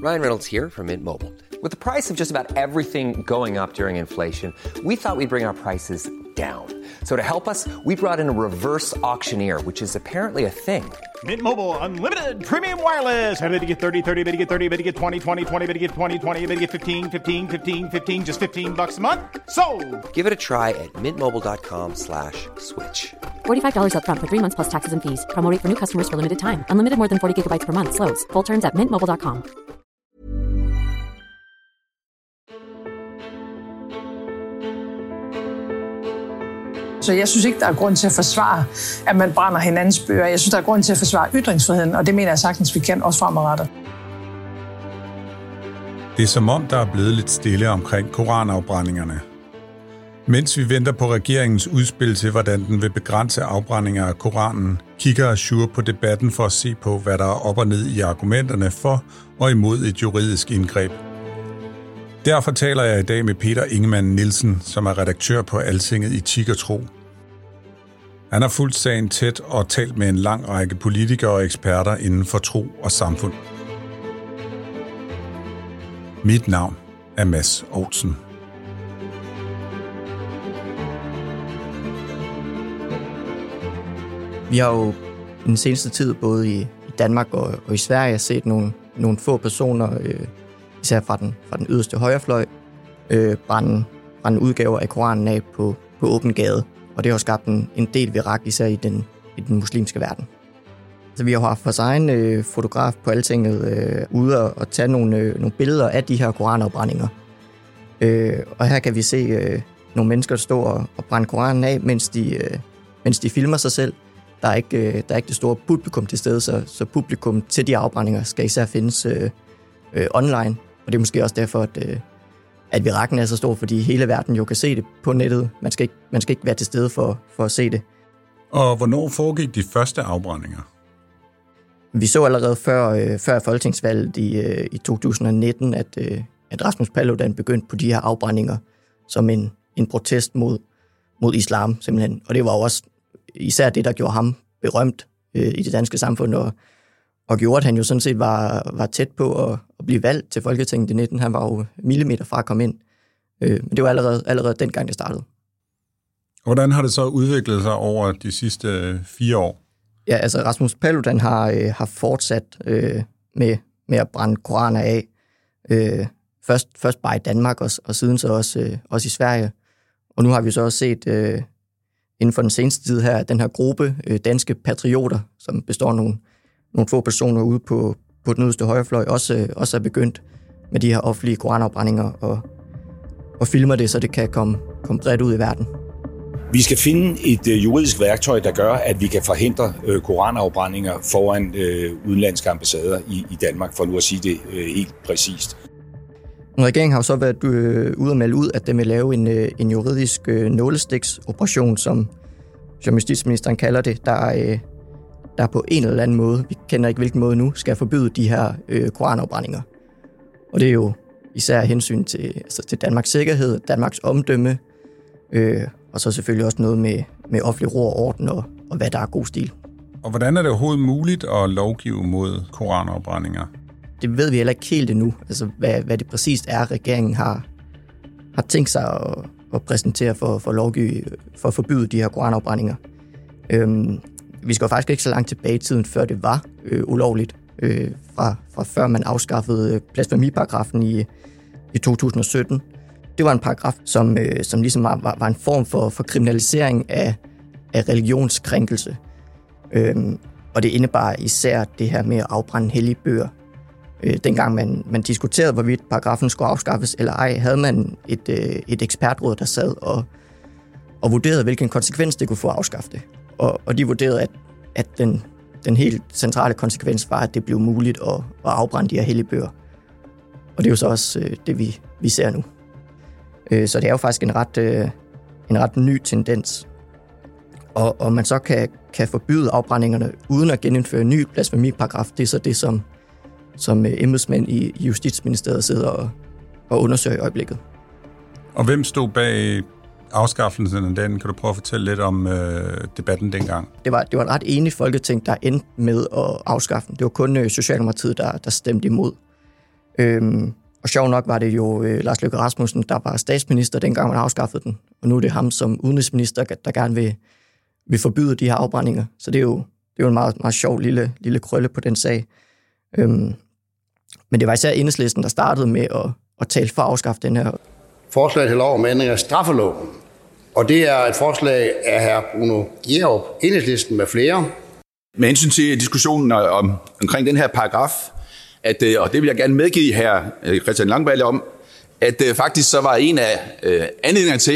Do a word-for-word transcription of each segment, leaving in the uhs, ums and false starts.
Ryan Reynolds here from Mint Mobile. With the price of just about everything going up during inflation, we thought we'd bring our prices down. So to help us, we brought in a reverse auctioneer, which is apparently a thing. Mint Mobile Unlimited Premium Wireless. How to get thirty, thirty, how to get thirty, how to get twenty, twenty, twenty, how to get twenty, twenty, how to get fifteen, fifteen, fifteen, fifteen, just fifteen bucks a month? Sold! Give it a try at mintmobile.com slash switch. forty-five dollars up front for three months plus taxes and fees. Promo rate for new customers for limited time. Unlimited more than forty gigabytes per month. Slows full terms at mint mobile dot com. Så jeg synes ikke, der er grund til at forsvare, at man brænder hinandens bøger. Jeg synes, der er grund til at forsvare ytringsfriheden, og det mener jeg sagtens, vi kan også fremadrettet. Det er som om, der er blevet lidt stille omkring koranafbrændingerne. Mens vi venter på regeringens udspil til, hvordan den vil begrænse afbrændinger af Koranen, kigger Azure på debatten for at se på, hvad der er op og ned i argumenterne for og imod et juridisk indgreb. Derfor taler jeg i dag med Peter Ingemann Nielsen, som er redaktør på Altinget Etik og Tro. Han har fulgt sagen tæt og talt med en lang række politikere og eksperter inden for tro og samfund. Mit navn er Mads Oudsen. Vi har jo i den seneste tid, både i Danmark og, og i Sverige, set nogle, nogle få personer, øh, især fra den, fra den yderste højrefløj, øh, brænde, brænde udgaver af Koranen af på, på åben gade. Og det har skabt en, en del virak, især i den, i den muslimske verden. Så vi har haft vores egen øh, fotograf på Altinget øh, ude og, og tage nogle, øh, nogle billeder af de her koranafbrændinger. Øh, og her kan vi se øh, nogle mennesker stå og, og brænde Koranen af, mens de, øh, mens de filmer sig selv. Der er ikke, øh, der er ikke det store publikum til stede, så, så publikum til de afbrændinger skal især findes øh, øh, online. Og det er måske også derfor, at, øh, at virakken er så stor, fordi hele verden jo kan se det på nettet. Man skal ikke, man skal ikke være til stede for, for at se det. Og hvornår foregik de første afbrændinger? Vi så allerede før, øh, før folketingsvalget i, øh, i to tusind nitten, at, øh, at Rasmus Paludan begyndte på de her afbrændinger som en, en protest mod, mod islam, simpelthen. Og det var også især det, der gjorde ham berømt øh, i det danske samfund, og, og gjorde, at han jo sådan set var, var tæt på at, at blive valgt til Folketinget i nitten. Han var jo millimeter fra at komme ind. Øh, men det var allerede, allerede dengang, det startede. Hvordan har det så udviklet sig over de sidste fire år? Ja, altså Rasmus Paludan har, øh, har fortsat øh, med, med at brænde koraner af. Øh, først, først bare i Danmark, og, og siden så også, øh, også i Sverige. Og nu har vi så også set øh, inden for den seneste tid her, den her gruppe øh, danske patrioter, som består af nogle, nogle få personer ude på, på den yderste højrefløj, også, øh, også er begyndt med de her offentlige koranafbrændinger og, og filmer det, så det kan komme, komme bredt ud i verden. Vi skal finde et øh, juridisk værktøj, der gør, at vi kan forhindre øh, koranafbrændinger foran øh, udenlandske ambassader i, i Danmark, for nu at sige det øh, helt præcist. Regeringen har jo så været øh, ude at melde ud, at den vil lave en, øh, en juridisk øh, nålestiksoperation, som, som justitsministeren kalder det, der, øh, der på en eller anden måde, vi kender ikke hvilken måde nu, skal forbyde de her øh, koranafbrændinger. Og det er jo især hensyn til, altså til Danmarks sikkerhed, Danmarks omdømme, øh, og så selvfølgelig også noget med, med offentlig ro og orden, og, og hvad der er god stil. Og hvordan er det overhovedet muligt at lovgive mod koranafbrændinger? Det ved vi heller ikke helt endnu, altså hvad, hvad det præcist er, regeringen har, har tænkt sig at, at præsentere for, for lovgive, for at forbyde de her koranafbrændinger. Øhm, vi skal jo faktisk ikke så langt tilbage i tiden, før det var øh, ulovligt, øh, fra, fra før man afskaffede blasfemiparagrafen i, i to tusind sytten. Det var en paragraf, som, øh, som ligesom var, var en form for, for kriminalisering af, af religionskrænkelse. Øhm, og det indebar især det her med at afbrænde hellige bøger. Øh, dengang man, man diskuterede, hvorvidt paragrafen skulle afskaffes eller ej, havde man et, øh, et ekspertråd, der sad og, og vurderede, hvilken konsekvens det kunne få at afskaffe det. Og, og de vurderede, at, at den, den helt centrale konsekvens var, at det blev muligt at, at afbrænde de her hellige bøger. Og det er jo så også øh, det, vi, vi ser nu. Øh, så det er jo faktisk en ret, øh, en ret ny tendens. Og, og man så kan, kan forbyde afbrændingerne uden at genindføre en ny blasfemiparagraf, det er så det, som, som embedsmænd i, i Justitsministeriet sidder og, og undersøger i øjeblikket. Og hvem stod bag afskaffelsen af den? Kan du prøve at fortælle lidt om øh, debatten dengang? Det var, det var et ret enigt folketing, der endte med at afskaffe den. Det var kun øh, Socialdemokratiet, der, der stemte imod. Øhm, og sjov nok var det jo øh, Lars Løkke Rasmussen, der var statsminister, dengang man afskaffede den. Og nu er det ham som udenrigsminister, der gerne vil, vil forbyde de her afbrændinger. Så det er jo, det er jo en meget, meget sjov lille, lille krølle på den sag. Øhm, men det var især Enhedslisten, der startede med at, at tale for at afskaffe den her. Forslag til lov om ændring af straffeloven. Og det er et forslag af hr. Bruno Jerup, Enhedslisten med flere. Med hensyn til diskussionen om, omkring den her paragraf, at, og det vil jeg gerne medgive her Christian Langballe om, at faktisk så var en af øh, anledningerne til,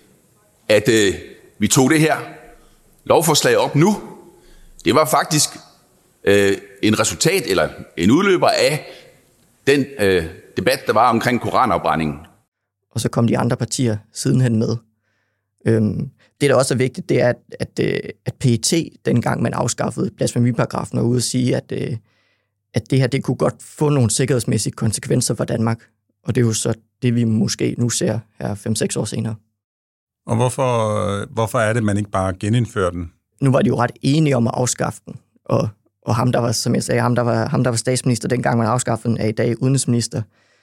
at øh, vi tog det her lovforslag op nu, det var faktisk øh, en resultat eller en udløber af den øh, debat, der var omkring koranafbrændingen. Og så kom de andre partier sidenhen med. Øhm, det, der også er vigtigt, det er, at, at, at P E T, dengang man afskaffede blasfemiparagrafen, var ude at sige, at, at det her det kunne godt få nogle sikkerhedsmæssige konsekvenser for Danmark. Og det er jo så det, vi måske nu ser her fem seks år senere. Og hvorfor, hvorfor er det, man ikke bare genindfører den? Nu var de jo ret enige om at afskaffe den. Og, og ham, der var, som jeg sagde, ham der, var, ham, der var statsminister, dengang man afskaffede den, er i dag udenrigsminister.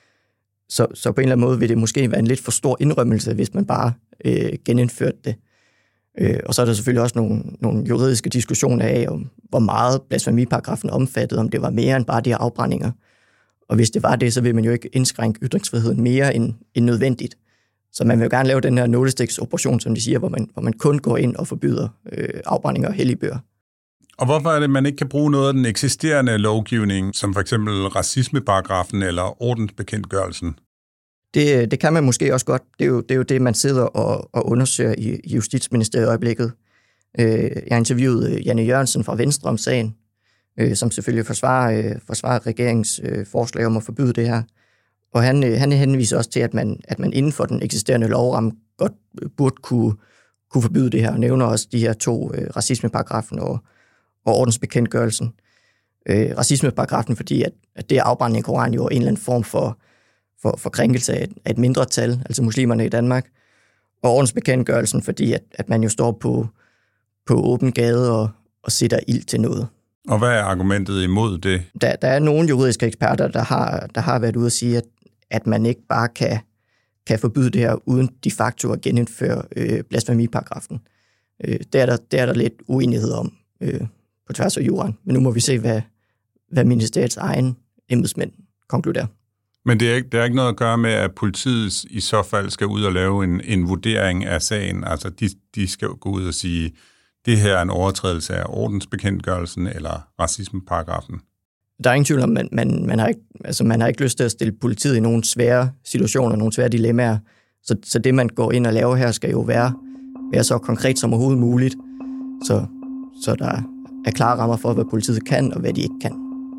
Så, så på en eller anden måde vil det måske være en lidt for stor indrømmelse, hvis man bare øh, genindførte det. Øh, og så er der selvfølgelig også nogle, nogle juridiske diskussioner af, om hvor meget blasfemiparagrafen omfattede, om det var mere end bare de her afbrændinger. Og hvis det var det, så vil man jo ikke indskrænke ytringsfriheden mere end, end nødvendigt. Så man vil jo gerne lave den her nålestiksoperation, som de siger, hvor man, hvor man kun går ind og forbyder øh, afbrændinger og hellige bøger. Og hvorfor er det, man ikke kan bruge noget af den eksisterende lovgivning, som for eksempel racismeparagrafen eller ordensbekendtgørelsen? Det, det kan man måske også godt. Det er jo det, er jo det man sidder og, og undersøger i, i Justitsministeriet i øjeblikket. Øh, jeg har interviewet Janne Jørgensen fra Venstre om sagen, øh, som selvfølgelig forsvarer, øh, forsvarer regeringens øh, forslag om at forbyde det her. Og han, øh, han henviser også til, at man, at man inden for den eksisterende lovramme godt burde kunne, kunne forbyde det her, og nævner også de her to, øh, racismeparagrafen og, og ordensbekendtgørelsen. Øh, racismeparagrafen, fordi at, at det er afbrænding af Koranen jo en eller anden form for For, for krænkelse af et, af et mindretal, altså muslimerne i Danmark, og ordensbekendtgørelsen, fordi at, at man jo står på, på åben gade og, og sætter ild til noget. Og hvad er argumentet imod det? Der, der er nogle juridiske eksperter, der har, der har været ude at sige, at, at man ikke bare kan, kan forbyde det her, uden de facto at genindføre øh, blasfemiparagrafen. Øh, det, er der, det er der lidt uenighed om øh, på tværs af juraen, men nu må vi se, hvad, hvad ministeriets egen embedsmænd konkluderer. Men det er, ikke, det er ikke noget at gøre med, at politiet i så fald skal ud og lave en, en vurdering af sagen. Altså, de, de skal gå ud og sige, det her er en overtrædelse af ordensbekendtgørelsen eller racismeparagrafen. Der er ingen tvivl om, man, man, man, har ikke, altså, man har ikke lyst til at stille politiet i nogle svære situationer, nogle svære dilemmaer. Så, så det, man går ind og laver her, skal jo være, være så konkret som overhovedet muligt, så, så der er klare rammer for, hvad politiet kan og hvad de ikke kan.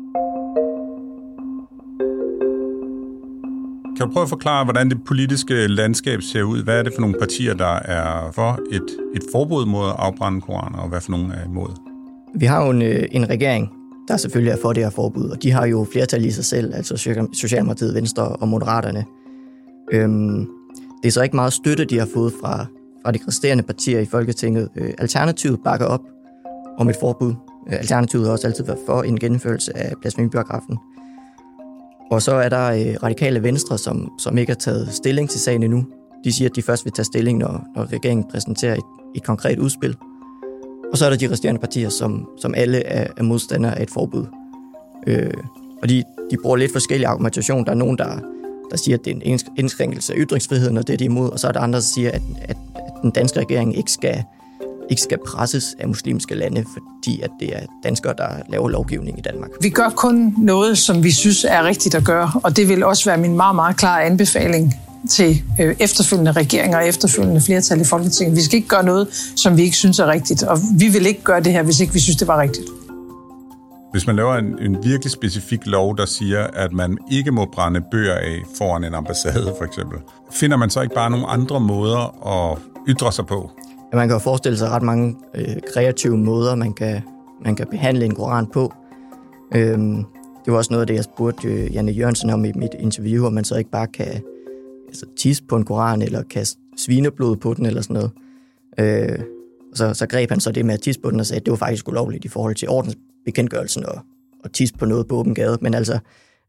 Kan du prøve at forklare, hvordan det politiske landskab ser ud? Hvad er det for nogle partier, der er for et, et forbud mod at afbrænde koraner, og hvad for nogle er imod? Vi har jo en, en regering, der selvfølgelig er for det her forbud, og de har jo flertal i sig selv, altså Socialdemokratiet, Venstre og Moderaterne. Øhm, det er så ikke meget støtte, de har fået fra, fra de resterende partier i Folketinget. Øh, Alternativet bakker op om et forbud. Alternativet har også altid været for en gennemførelse af blasfemiparagrafen. Og så er der øh, radikale Venstre, som, som ikke har taget stilling til sagen endnu. De siger, at de først vil tage stilling, når, når regeringen præsenterer et, et konkret udspil. Og så er der de resterende partier, som, som alle er, er modstandere af et forbud. Øh, og de, de bruger lidt forskellige argumentation. Der er nogen, der, der siger, at det er en indskrænkelse af ytringsfriheden, og det er de imod. Og så er der andre, der siger, at, at, at den danske regering ikke skal, ikke skal presses af muslimske lande, fordi at det er danskere, der laver lovgivning i Danmark. Vi gør kun noget, som vi synes er rigtigt at gøre, og det vil også være min meget, meget klare anbefaling til øh, efterfølgende regeringer og efterfølgende flertal i Folketinget. Vi skal ikke gøre noget, som vi ikke synes er rigtigt, og vi vil ikke gøre det her, hvis ikke vi synes, det var rigtigt. Hvis man laver en, en virkelig specifik lov, der siger, at man ikke må brænde bøger af foran en ambassade, for eksempel, finder man så ikke bare nogle andre måder at ytre sig på? Ja, man kan jo forestille sig ret mange øh, kreative måder, man kan, man kan behandle en koran på. Øhm, det var også noget af det, jeg spurgte øh, Janne Jørgensen om i mit interview, om man så ikke bare kan altså, tisse på en koran, eller kaste svineblod på den, eller sådan noget. Øh, så, så greb han så det med at tisse på den, og sagde, at det var faktisk ulovligt i forhold til ordensbekendtgørelsen og, og tisse på noget på åben gade. Men altså,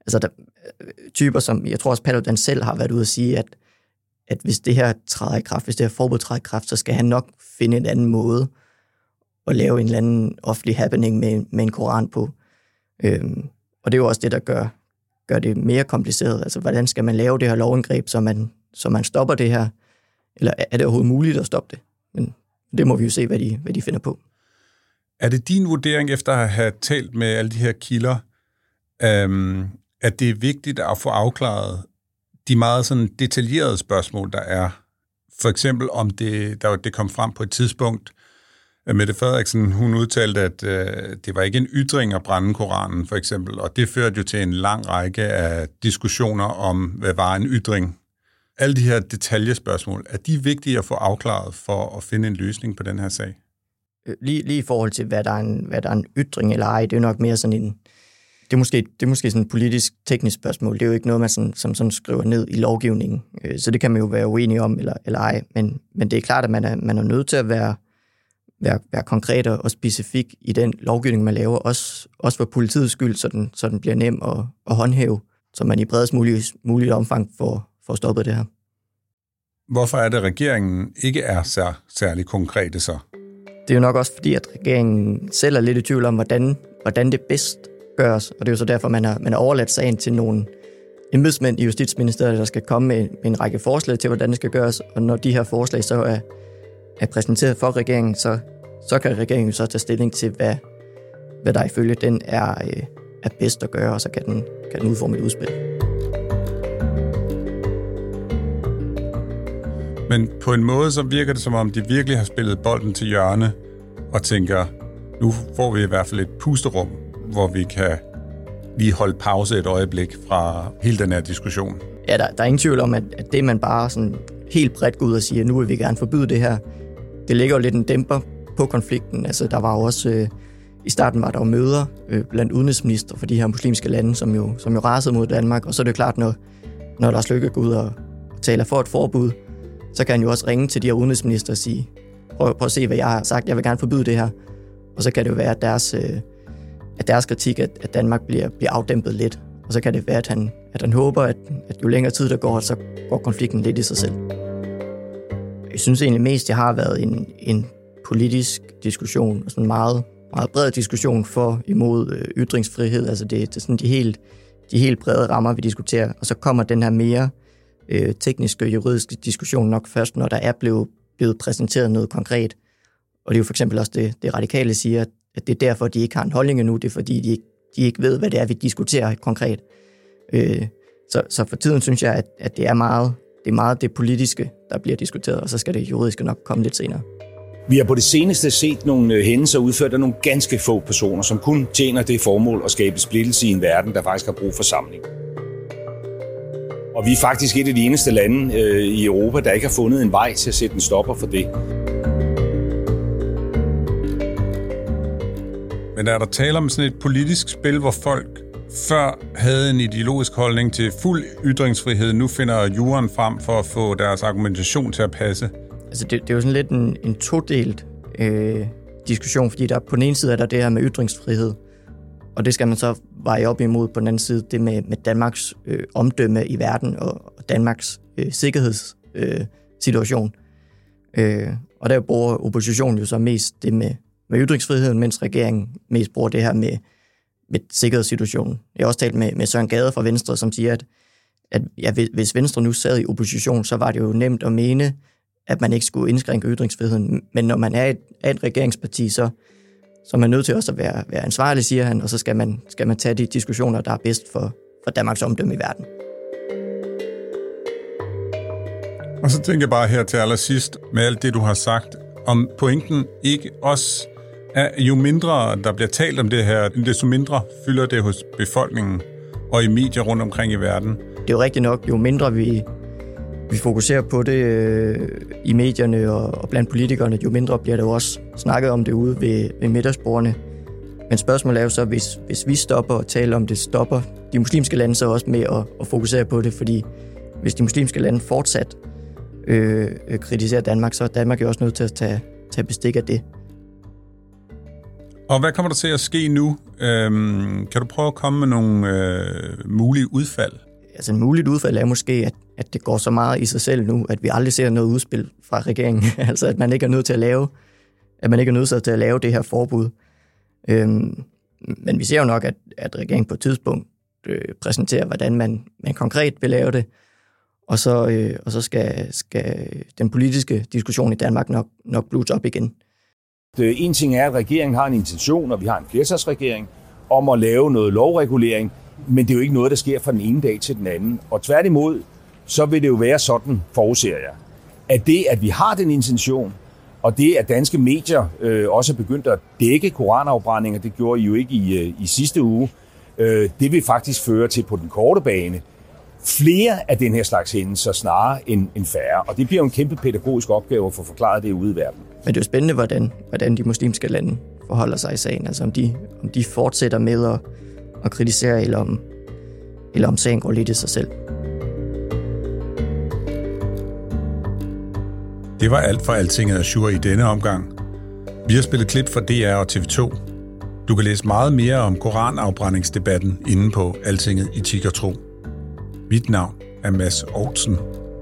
Altså der, typer som, jeg tror også Paludan selv har været ude at sige, at, at hvis det her træder i kraft, hvis det her forbud træder i kraft, så skal han nok finde en anden måde at lave en eller anden offentlig happening med, med en koran på. Øhm, og det er jo også det, der gør, gør det mere kompliceret. Altså, hvordan skal man lave det her lovindgreb, så man, så man stopper det her? Eller er det overhovedet muligt at stoppe det? Men det må vi jo se, hvad de, hvad de finder på. Er det din vurdering, efter at have talt med alle de her kilder, øhm, at det er vigtigt at få afklaret de meget sådan detaljerede spørgsmål, der er? For eksempel om det, der det kom frem på et tidspunkt, Mette Frederiksen, hun udtalte, at øh, det var ikke en ytring at brænde Koranen, for eksempel, og det førte jo til en lang række af diskussioner om, hvad var en ytring. Alle de her detaljespørgsmål, er de vigtige at få afklaret for at finde en løsning på den her sag? Lige, lige i forhold til, hvad der, er en, hvad der er en ytring eller ej, det er nok mere sådan en, det er måske, det er måske sådan et politisk, teknisk spørgsmål. Det er jo ikke noget, man sådan, som sådan skriver ned i lovgivningen, så det kan man jo være uenig om eller, eller ej, men, men det er klart, at man er, man er nødt til at være Være, være konkret og specifik i den lovgivning, man laver, også, også for politiets skyld, så den, så den bliver nem at, at håndhæve, så man i bredest muligt, muligt omfang får, får stoppet det her. Hvorfor er det, at regeringen ikke er sær, særlig konkrete så? Det er jo nok også fordi, at regeringen selv er lidt i tvivl om, hvordan, hvordan det bedst gøres, og det er jo så derfor, man har, man har overladt sagen til nogle embedsmænd i Justitsministeriet, der skal komme med, med en række forslag til, hvordan det skal gøres, og når de her forslag så er er præsenteret for regeringen, så, så kan regeringen så tage stilling til, hvad, hvad der ifølge den er, øh, er bedst at gøre, og så kan den, kan den udforme et udspil. Men på en måde, så virker det som om, de virkelig har spillet bolden til hjørne, og tænker, nu får vi i hvert fald et pusterum, hvor vi kan lige holde pause et øjeblik fra hele den her diskussion. Ja, der, der er ingen tvivl om, at, at det man bare sådan helt bredt går ud og siger, nu vil vi gerne forbyde det her, det ligger jo lidt en dæmper på konflikten. Altså, der var jo også, øh, i starten var der jo møder øh, blandt udenrigsminister for de her muslimske lande, som jo, som jo rasede mod Danmark, og så er det jo klart, når, når Lars Løkke går ud og taler for et forbud, så kan han jo også ringe til de her udenrigsminister og sige, prøv, prøv at se, hvad jeg har sagt, jeg vil gerne forbyde det her. Og så kan det jo være, at deres, øh, at deres kritik af at Danmark bliver, bliver afdæmpet lidt, og så kan det være, at han, at han håber, at, at jo længere tid der går, så går konflikten lidt i sig selv. Jeg synes egentlig mest, det har været en, en politisk diskussion, og sådan en meget, meget bred diskussion for imod øh, ytringsfrihed. Altså det, det er sådan de helt, de helt brede rammer, vi diskuterer. Og så kommer den her mere øh, tekniske og juridiske diskussion nok først, når der er blevet, blevet præsenteret noget konkret. Og det er jo for eksempel også det, det radikale siger, at det er derfor, de ikke har en holdning endnu. Det er fordi, de ikke, de ikke ved, hvad det er, vi diskuterer konkret. Øh, så, så for tiden synes jeg, at, at det er meget... Det er meget det politiske, der bliver diskuteret, og så skal det juridiske nok komme lidt senere. Vi har på det seneste set nogle hændelser udført af nogle ganske få personer, som kun tjener det formål at skabe splittelse i en verden, der faktisk har brug for samling. Og vi er faktisk et af de eneste lande øh, i Europa, der ikke har fundet en vej til at sætte en stopper for det. Men er der tale om sådan et politisk spil, hvor folk før havde en ideologisk holdning til fuld ytringsfrihed, nu finder juraen frem for at få deres argumentation til at passe? Altså det, det er jo sådan lidt en, en todelt øh, diskussion, fordi der på den ene side er der det her med ytringsfrihed, og det skal man så veje op imod på den anden side, det med, med Danmarks øh, omdømme i verden og, og Danmarks øh, sikkerhedssituation. Øh, øh, og der bruger oppositionen jo så mest det med, med ytringsfriheden, mens regeringen mest bruger det her med med sikkerhedssituationen. Jeg har også talt med, med Søren Gade fra Venstre, som siger, at, at ja, hvis Venstre nu sad i opposition, så var det jo nemt at mene, at man ikke skulle indskrænke ytringsfriheden. Men når man er et, er et regeringsparti, så, så er man nødt til også at være, være ansvarlig, siger han, og så skal man, skal man tage de diskussioner, der er bedst for, for Danmarks omdømme i verden. Og så tænker jeg bare her til allersidst, med alt det, du har sagt, om pointen ikke også er, jo mindre der bliver talt om det her, desto mindre fylder det hos befolkningen og i medier rundt omkring i verden. Det er jo rigtigt nok, jo mindre vi, vi fokuserer på det øh, i medierne og, og blandt politikerne, jo mindre bliver der jo også snakket om det ude ved, ved middagsbordene. Men spørgsmålet er jo så, hvis, hvis vi stopper og taler om det, stopper de muslimske lande så også med at, at fokusere på det, fordi hvis de muslimske lande fortsat øh, kritiserer Danmark, så er Danmark jo også nødt til at tage, tage bestik af det. Og hvad kommer der til at ske nu? Øhm, kan du prøve at komme med nogle øh, mulige udfald? Altså en muligt udfald er måske, at, at det går så meget i sig selv nu, at vi aldrig ser noget udspil fra regeringen. Altså at man ikke er nødt til at lave, at man ikke er nødt til at lave det her forbud. Øhm, men vi ser jo nok, at, at regeringen på et tidspunkt øh, præsenterer, hvordan man, man konkret vil lave det. Og så, øh, og så skal, skal den politiske diskussion i Danmark nok, nok bluse op igen. En ting er, at regeringen har en intention, og vi har en flertalsregering, om at lave noget lovregulering, men det er jo ikke noget, der sker fra den ene dag til den anden. Og tværtimod, så vil det jo være sådan, forudser jeg, at det, at vi har den intention, og det, at danske medier øh, også er begyndt at dække koranafbrændinger, det gjorde I jo ikke i, øh, i sidste uge, øh, det vil faktisk føre til på den korte bane flere af den her slags hændelser snarere end, end færre. Og det bliver jo en kæmpe pædagogisk opgave at få forklaret det ude i verden. Men det er jo spændende, hvordan, hvordan de muslimske lande forholder sig i sagen. Altså om de, om de fortsætter med at, at kritisere, eller om, eller om sagen går lidt i sig selv. Det var alt for Altinget Azur i denne omgang. Vi har spillet klip fra D R og T V to. Du kan læse meget mere om koranafbrændingsdebatten inde på Altinget Etik og Tro. Mit navn er Mads Aartsen.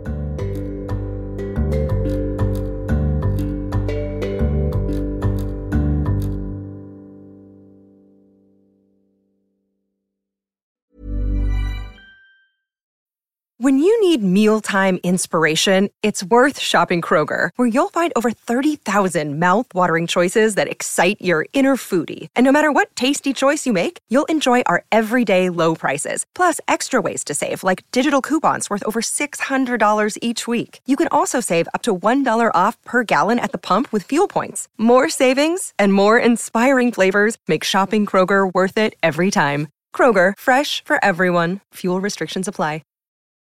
When you need mealtime inspiration, it's worth shopping Kroger, where you'll find over thirty thousand mouth-watering choices that excite your inner foodie. And no matter what tasty choice you make, you'll enjoy our everyday low prices, plus extra ways to save, like digital coupons worth over six hundred dollars each week. You can also save up to one dollar off per gallon at the pump with fuel points. More savings and more inspiring flavors make shopping Kroger worth it every time. Kroger, fresh for everyone. Fuel restrictions apply.